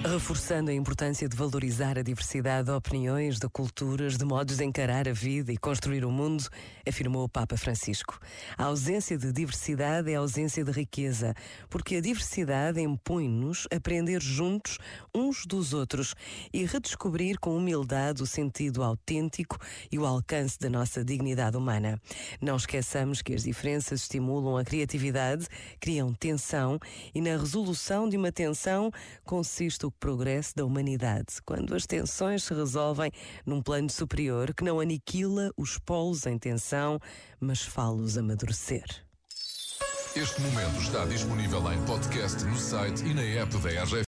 Reforçando a importância de valorizar a diversidade de opiniões, de culturas, de modos de encarar a vida e construir o mundo, afirmou o Papa Francisco. A ausência de diversidade é a ausência de riqueza, porque a diversidade impõe-nos aprender juntos uns dos outros e redescobrir com humildade o sentido autêntico e o alcance da nossa dignidade humana. Não esqueçamos que as diferenças estimulam a criatividade, criam tensão e na resolução de uma tensão consiste o progresso da humanidade, quando as tensões se resolvem num plano superior que não aniquila os polos em tensão, mas fá-los amadurecer. Este momento está disponível em podcast no site e na app da RGF.